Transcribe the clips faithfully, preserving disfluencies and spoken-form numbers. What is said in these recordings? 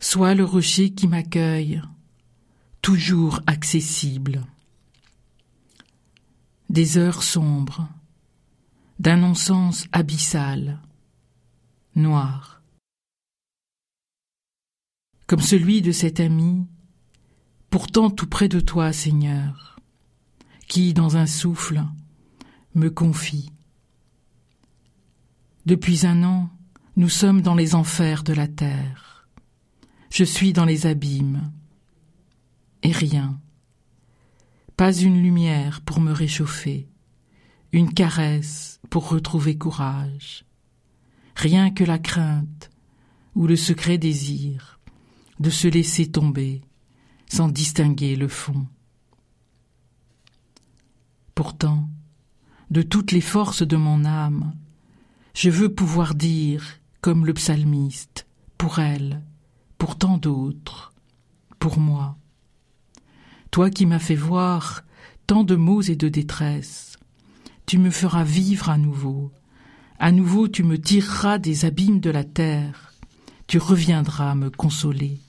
Sois le rocher qui m'accueille, toujours accessible. Des heures sombres, d'un non-sens abyssal, noir. Comme celui de cet ami, pourtant tout près de toi, Seigneur, qui, dans un souffle, me confie. Depuis un an, nous sommes dans les enfers de la terre. Je suis dans les abîmes. Et rien. Pas une lumière pour me réchauffer, une caresse pour retrouver courage. Rien que la crainte ou le secret désir de se laisser tomber sans distinguer le fond. Pourtant, de toutes les forces de mon âme, je veux pouvoir dire, comme le psalmiste, pour elle, pour tant d'autres, pour moi. Toi qui m'as fait voir tant de maux et de détresse, tu me feras vivre à nouveau. À nouveau tu me tireras des abîmes de la terre, tu reviendras me consoler.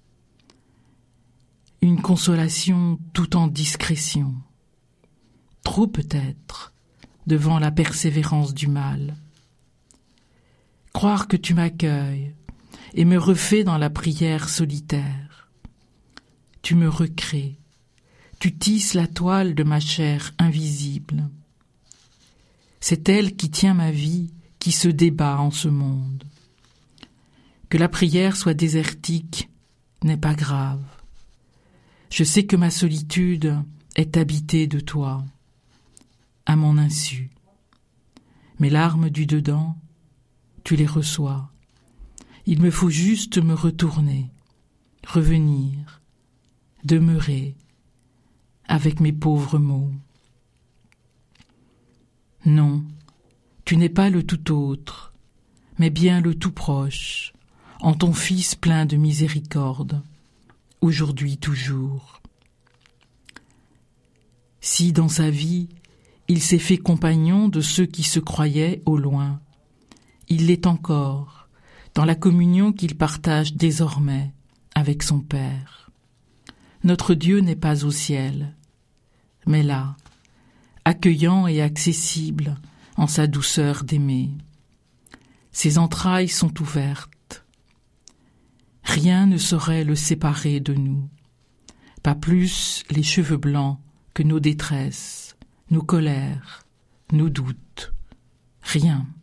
Une consolation tout en discrétion, trop peut-être, devant la persévérance du mal. Croire que tu m'accueilles et me refais dans la prière solitaire. Tu me recrées, tu tisses la toile de ma chair invisible. C'est elle qui tient ma vie, qui se débat en ce monde. Que la prière soit désertique n'est pas grave. Je sais que ma solitude est habitée de toi, à mon insu. Mes larmes du dedans, tu les reçois. Il me faut juste me retourner, revenir, demeurer avec mes pauvres mots. Non, tu n'es pas le tout autre, mais bien le tout proche, en ton Fils plein de miséricorde, aujourd'hui toujours. Si dans sa vie, il s'est fait compagnon de ceux qui se croyaient au loin, il l'est encore dans la communion qu'il partage désormais avec son Père. Notre Dieu n'est pas au ciel, mais là, accueillant et accessible en sa douceur d'aimer. Ses entrailles sont ouvertes. Rien ne saurait le séparer de nous, pas plus les cheveux blancs que nos détresses, nos colères, nos doutes. Rien.